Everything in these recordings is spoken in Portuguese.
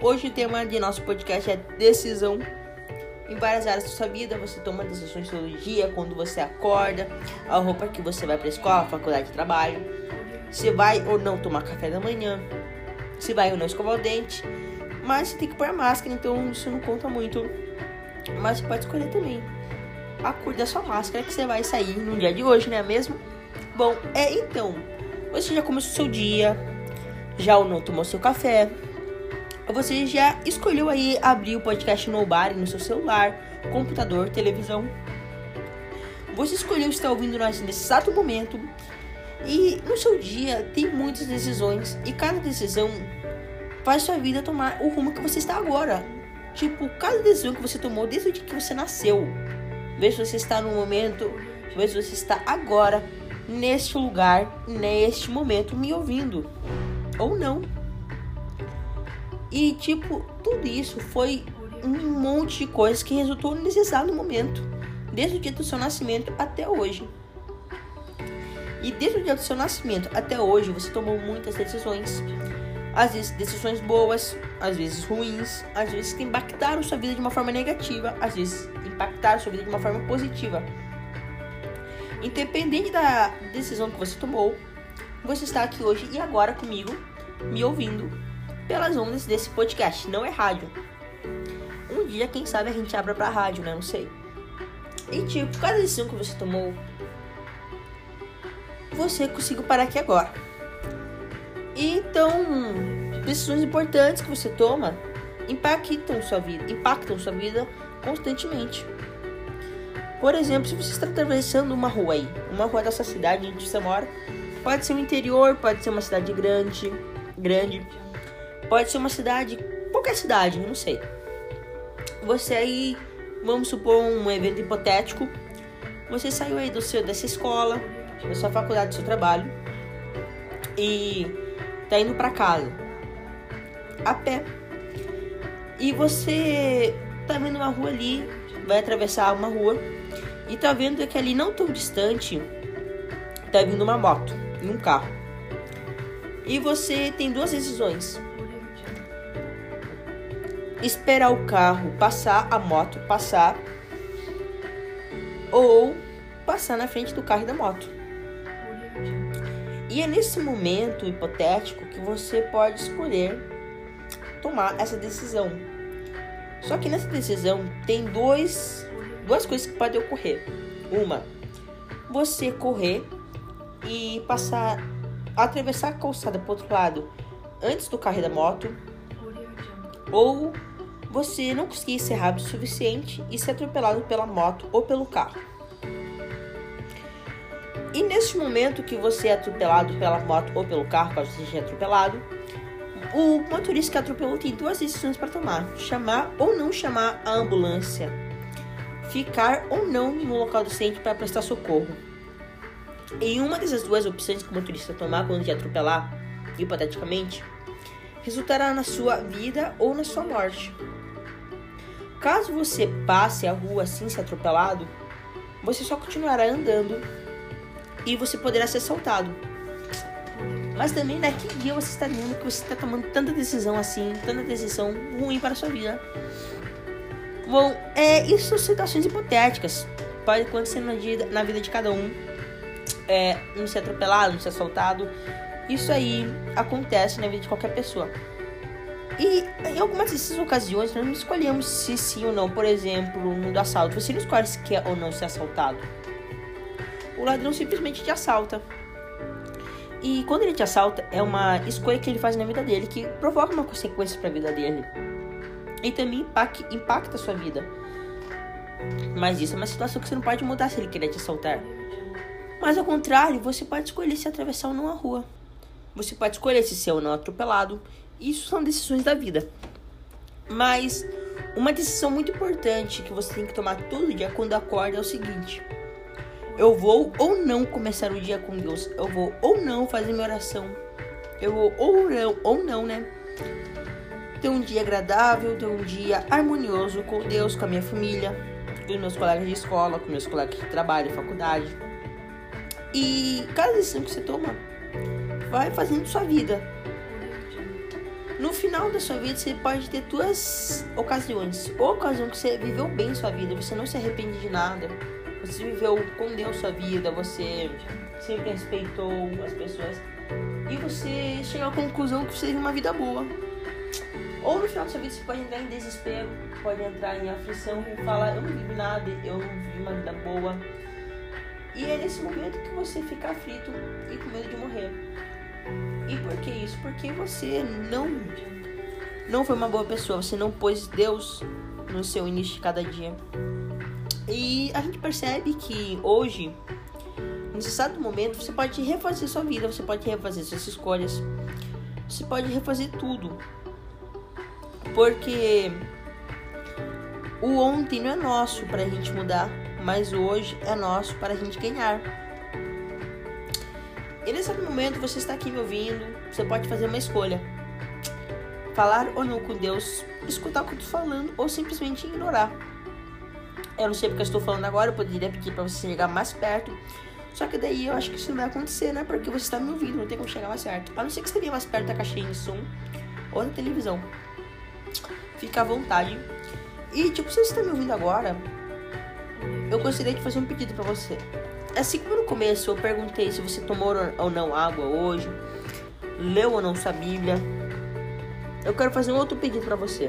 hoje o tema de nosso podcast é decisão. Em várias áreas da sua vida, você toma decisões todo dia, quando você acorda, a roupa que você vai para a escola, faculdade, trabalho, se vai ou não tomar café da manhã, se vai ou não escovar o dente, mas você tem que pôr a máscara, então isso não conta muito, mas você pode escolher também a cor da sua máscara que você vai sair no dia de hoje, não é mesmo? Bom, então, você já começou o seu dia, já ou não tomou seu café, você já escolheu aí abrir o podcast no bar, no seu celular, computador, televisão. Você escolheu estar ouvindo nós nesse exato momento. E no seu dia tem muitas decisões. E cada decisão faz sua vida tomar o rumo que você está agora. Tipo, cada decisão que você tomou desde o dia que você nasceu. Vê se você está no momento, vê se você está agora, neste lugar, neste momento, me ouvindo. Ou não. E tipo, tudo isso foi um monte de coisas que resultou nesse exato momento. Desde o dia do seu nascimento até hoje. E desde o dia do seu nascimento até hoje, você tomou muitas decisões. Às vezes decisões boas, às vezes ruins, às vezes que impactaram sua vida de uma forma negativa, às vezes impactaram sua vida de uma forma positiva. Independente da decisão que você tomou, você está aqui hoje e agora comigo, me ouvindo pelas ondas desse podcast, não é rádio. Um dia, quem sabe, a gente abra pra rádio, né? Não sei. E tipo, cada decisão que você tomou, você conseguiu parar aqui agora. Então, decisões importantes que você toma impactam sua vida constantemente. Por exemplo, se você está atravessando uma rua aí, uma rua dessa cidade onde você mora, pode ser um interior, pode ser uma cidade grande, pode ser uma cidade, qualquer cidade, não sei. Você aí, vamos supor um evento hipotético, você saiu aí dessa escola, da sua faculdade, do seu trabalho, e tá indo pra casa, a pé. E você tá vendo uma rua ali, vai atravessar uma rua, e tá vendo que ali não tão distante, tá vindo uma moto e um carro. E você tem duas decisões. Esperar o carro passar, a moto passar, ou passar na frente do carro e da moto. E é nesse momento hipotético que você pode escolher tomar essa decisão. Só que nessa decisão tem duas coisas que podem ocorrer. Uma, você correr e atravessar a calçada pro outro lado antes do carro e da moto, ou você não conseguir ser rápido o suficiente e ser atropelado pela moto ou pelo carro. E nesse momento que você é atropelado pela moto ou pelo carro, caso você seja atropelado, o motorista que atropelou tem duas decisões para tomar: chamar ou não chamar a ambulância, ficar ou não no local do acidente para prestar socorro. Em uma dessas duas opções que o motorista tomar quando te atropelar, hipoteticamente, resultará na sua vida ou na sua morte. Caso você passe a rua sem ser atropelado, você só continuará andando e você poderá ser assaltado. Mas também, né, que dia você está vendo que você está tomando tanta decisão assim, tanta decisão ruim para a sua vida? Bom, isso são situações hipotéticas. Pode acontecer na vida de cada um. Não ser atropelado, não ser assaltado. Isso aí acontece na vida de qualquer pessoa. E em algumas dessas ocasiões nós não escolhemos se sim ou não. Por exemplo, no do assalto, você não escolhe se quer ou não ser assaltado. O ladrão simplesmente te assalta. E quando ele te assalta, é uma escolha que ele faz na vida dele, que provoca uma consequência para a vida dele. E também impacta a sua vida. Mas isso é uma situação que você não pode mudar se ele querer te assaltar. Mas ao contrário, você pode escolher se atravessar ou não a rua. Você pode escolher se ser ou não atropelado. Isso são decisões da vida. Mas uma decisão muito importante que você tem que tomar todo dia quando acorda é o seguinte: eu vou ou não começar o dia com Deus. Eu vou ou não fazer minha oração. Eu vou ou não, né? Ter um dia agradável, ter um dia harmonioso com Deus, com a minha família, com os meus colegas de escola, com meus colegas de trabalho, faculdade. E cada decisão que você toma vai fazendo sua vida. No final da sua vida, você pode ter duas ocasiões. Ou a ocasião que você viveu bem sua vida, você não se arrepende de nada, você viveu com Deus sua vida, você sempre respeitou as pessoas e você chegou à conclusão que você teve uma vida boa. Ou no final da sua vida, você pode entrar em desespero, pode entrar em aflição e falar: eu não vivi nada, eu não vivi uma vida boa. E é nesse momento que você fica aflito e com medo de morrer. E por que isso? Porque você não foi uma boa pessoa, você não pôs Deus no seu início de cada dia. E a gente percebe que hoje, nesse exato momento, você pode refazer sua vida, você pode refazer suas escolhas, você pode refazer tudo. Porque o ontem não é nosso pra gente mudar, mas o hoje é nosso para a gente ganhar. E nesse momento você está aqui me ouvindo, você pode fazer uma escolha: falar ou não com Deus, escutar o que eu estou falando ou simplesmente ignorar. Eu não sei porque eu estou falando agora, eu poderia pedir para você chegar mais perto, só que daí eu acho que isso não vai acontecer, né? Porque você está me ouvindo, não tem como chegar mais perto, a não ser que você venha mais perto da caixinha de som ou da televisão. Fica à vontade. E tipo, se você está me ouvindo agora, eu gostaria de fazer um pedido para você. Assim como no começo eu perguntei se você tomou ou não água hoje, leu ou não sua Bíblia, eu quero fazer um outro pedido para você.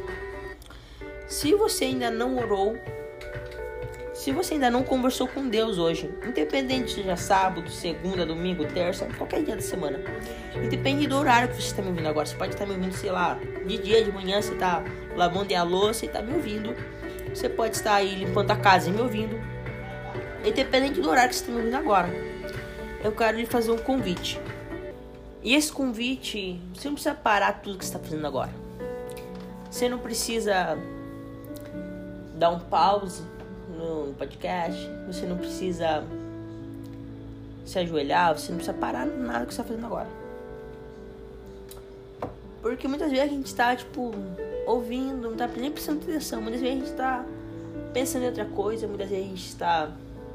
Se você ainda não orou, se você ainda não conversou com Deus hoje, independente seja sábado, segunda, domingo, terça, qualquer dia da semana, independente do horário que você está me ouvindo agora, você pode estar me ouvindo, sei lá, de dia, de manhã, você está lavando a louça e está me ouvindo, você pode estar aí limpando a casa e me ouvindo, independente do horário que você está me ouvindo agora, eu quero lhe fazer um convite. E esse convite, você não precisa parar tudo que você está fazendo agora. Você não precisa dar um pause no podcast, você não precisa se ajoelhar, você não precisa parar nada que você está fazendo agora. Porque muitas vezes a gente está, ouvindo, não está nem prestando atenção, muitas vezes a gente está pensando em outra coisa, muitas vezes a gente está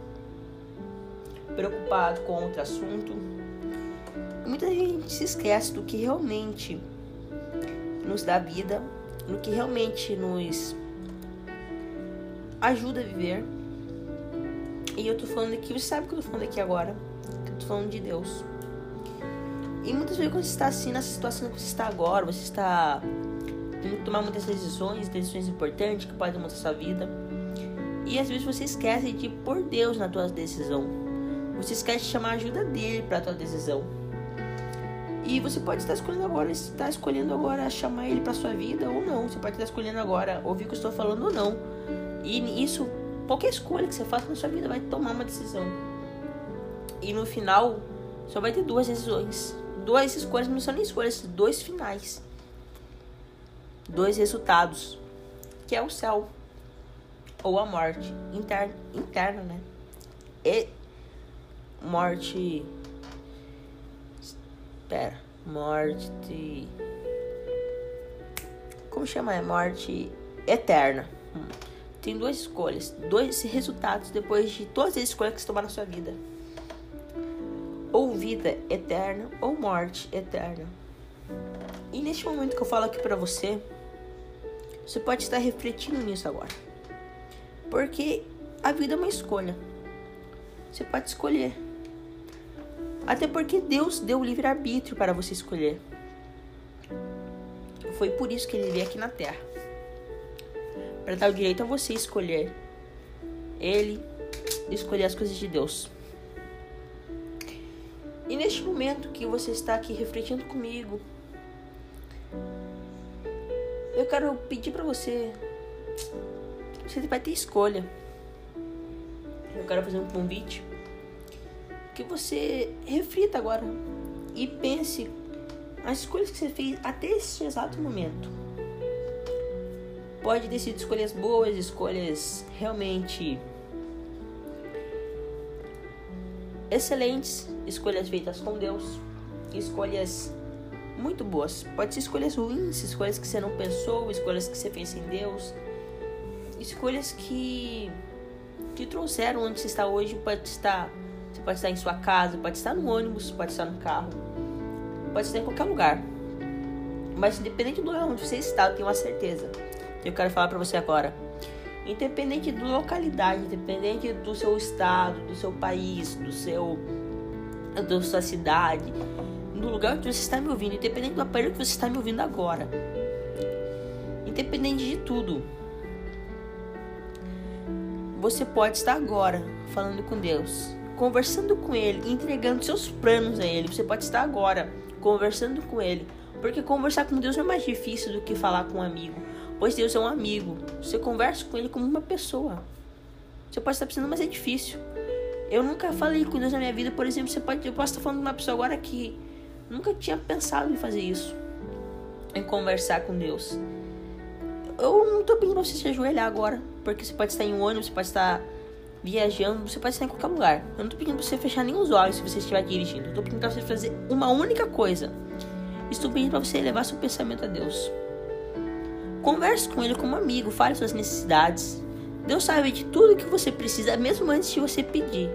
preocupado com outro assunto. Muitas vezes a gente se esquece do que realmente nos dá vida, no que realmente nos ajuda a viver. E eu tô falando aqui, você sabe que eu tô falando aqui agora, que eu tô falando de Deus. E muitas vezes quando você está assim, nessa situação que você está agora, você está tendo que tomar muitas decisões importantes que podem mudar a sua vida. E às vezes você esquece de pôr Deus na tua decisão. Você esquece de chamar a ajuda dele para a tua decisão. E você pode estar escolhendo agora chamar ele para sua vida ou não. Você pode estar escolhendo agora ouvir o que eu estou falando ou não. E isso, qualquer escolha que você faça na sua vida vai tomar uma decisão. E no final, só vai ter duas decisões. Duas escolhas, não são nem escolhas, dois finais. Dois resultados. Que é o céu ou a morte interna, né? E morte... morte... Como chama? É morte eterna. Tem duas escolhas, dois resultados depois de todas as escolhas que você tomar na sua vida. Ou vida eterna, ou morte eterna. E neste momento que eu falo aqui pra você, você pode estar refletindo nisso agora. Porque a vida é uma escolha. Você pode escolher. Até porque Deus deu o livre-arbítrio para você escolher. Foi por isso que ele veio aqui na Terra. Para dar o direito a você escolher. Ele escolher as coisas de Deus. E neste momento que você está aqui refletindo comigo, eu quero pedir para você. Você vai ter escolha. Eu quero fazer um convite. Que você reflita agora e pense as escolhas que você fez até esse exato momento. Pode ter sido escolhas boas, escolhas realmente excelentes, escolhas feitas com Deus, escolhas muito boas. Pode ser escolhas ruins, escolhas que você não pensou, escolhas que você fez sem Deus, escolhas que te trouxeram onde você está hoje. Você pode estar em sua casa, pode estar no ônibus, pode estar no carro, pode estar em qualquer lugar. Mas independente do lugar onde você está, eu tenho uma certeza. Eu quero falar pra você agora. Independente da localidade, independente do seu estado, do seu país, da sua cidade, do lugar onde você está me ouvindo, independente do aparelho que você está me ouvindo agora, independente de tudo, você pode estar agora falando com Deus, conversando com Ele, entregando seus planos a Ele. Você pode estar agora conversando com Ele, porque conversar com Deus não é mais difícil do que falar com um amigo, pois Deus é um amigo. Você conversa com Ele como uma pessoa. Você pode estar pensando, mas é difícil. Eu nunca falei com Deus na minha vida, por exemplo. Eu posso estar falando com uma pessoa agora que nunca tinha pensado em fazer isso, em conversar com Deus. Eu não estou pedindo pra você se ajoelhar agora, porque você pode estar em um ônibus, você pode estar viajando, você pode estar em qualquer lugar. Eu não estou pedindo pra você fechar nem os olhos se você estiver dirigindo. Eu estou pedindo pra você fazer uma única coisa. Estou pedindo para você elevar seu pensamento a Deus. Converse com Ele como amigo, fale suas necessidades. Deus sabe de tudo que você precisa, mesmo antes de você pedir.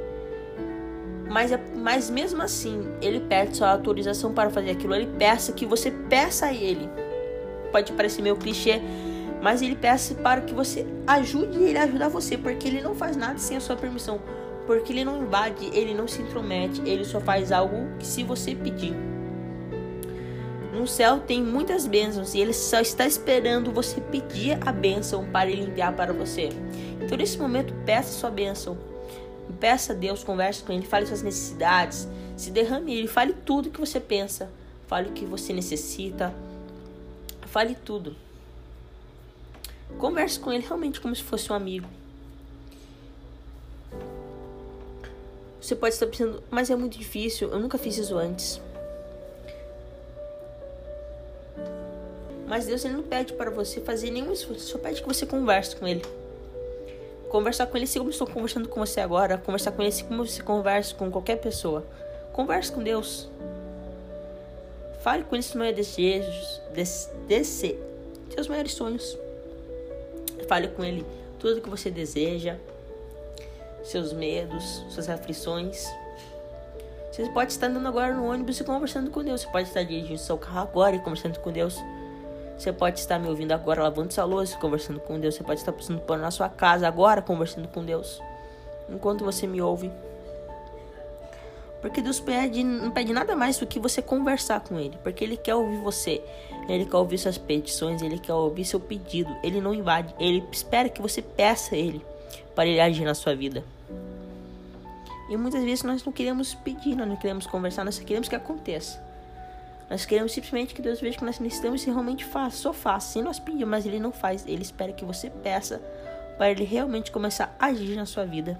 Mas mesmo assim, Ele pede sua autorização para fazer aquilo. Ele peça que você peça a Ele. Pode parecer meio clichê, mas Ele peça para que você ajude Ele a ajudar você, porque Ele não faz nada sem a sua permissão. Porque Ele não invade, Ele não se intromete, Ele só faz algo que se você pedir. No céu tem muitas bênçãos e Ele só está esperando você pedir a bênção para Ele enviar para você. Então nesse momento peça sua bênção. Peça a Deus, converse com Ele, fale suas necessidades, se derrame Ele, fale tudo que você pensa, fale o que você necessita, fale tudo. Converse com Ele realmente como se fosse um amigo. Você pode estar pensando, mas é muito difícil, eu nunca fiz isso antes. Mas Deus, Ele não pede para você fazer nenhum esforço, só pede que você converse com Ele. Conversar com Ele assim como eu estou conversando com você agora. Conversar com Ele assim como você conversa com qualquer pessoa. Converse com Deus. Fale com Ele seus maiores desejos, seus maiores sonhos. Fale com Ele tudo que você deseja, seus medos, suas aflições. Você pode estar andando agora no ônibus e conversando com Deus. Você pode estar dirigindo seu carro agora e conversando com Deus. Você pode estar me ouvindo agora lavando sua louça, conversando com Deus. Você pode estar passando pano na sua casa agora, conversando com Deus, enquanto você me ouve. Porque Deus não pede nada mais do que você conversar com Ele. Porque Ele quer ouvir você. Ele quer ouvir suas petições. Ele quer ouvir seu pedido. Ele não invade. Ele espera que você peça a Ele para Ele agir na sua vida. E muitas vezes nós não queremos pedir, nós não queremos conversar, nós só queremos que aconteça. Nós queremos simplesmente que Deus veja que nós necessitamos e realmente faça, só faça. Se nós pedimos, mas Ele não faz. Ele espera que você peça para Ele realmente começar a agir na sua vida.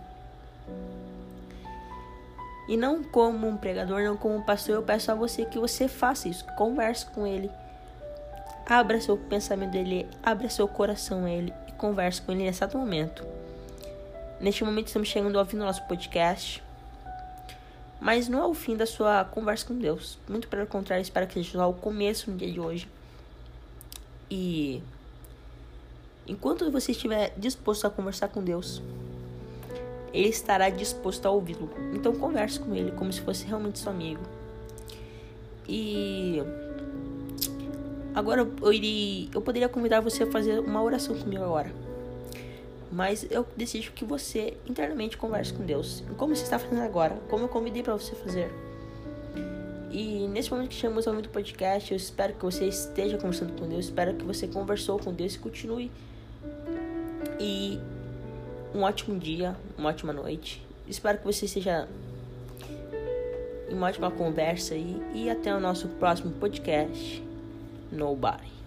E não como um pregador, não como um pastor, eu peço a você que você faça isso. Converse com Ele. Abra seu pensamento dele, abra seu coração a Ele e converse com Ele nesse exato momento. Neste momento estamos chegando ao fim do nosso podcast. Mas não é o fim da sua conversa com Deus. Muito pelo contrário, espero que seja só o começo no dia de hoje. E enquanto você estiver disposto a conversar com Deus, Ele estará disposto a ouvi-lo. Então converse com Ele como se fosse realmente seu amigo. E agora eu poderia convidar você a fazer uma oração comigo agora. Mas eu desejo que você internamente converse com Deus. Como você está fazendo agora. Como eu convidei para você fazer. E nesse momento que chegamos ao fim do podcast, eu espero que você esteja conversando com Deus. Espero que você conversou com Deus e continue. E um ótimo dia, uma ótima noite. Espero que você esteja em uma ótima conversa. E até o nosso próximo podcast. Nobody.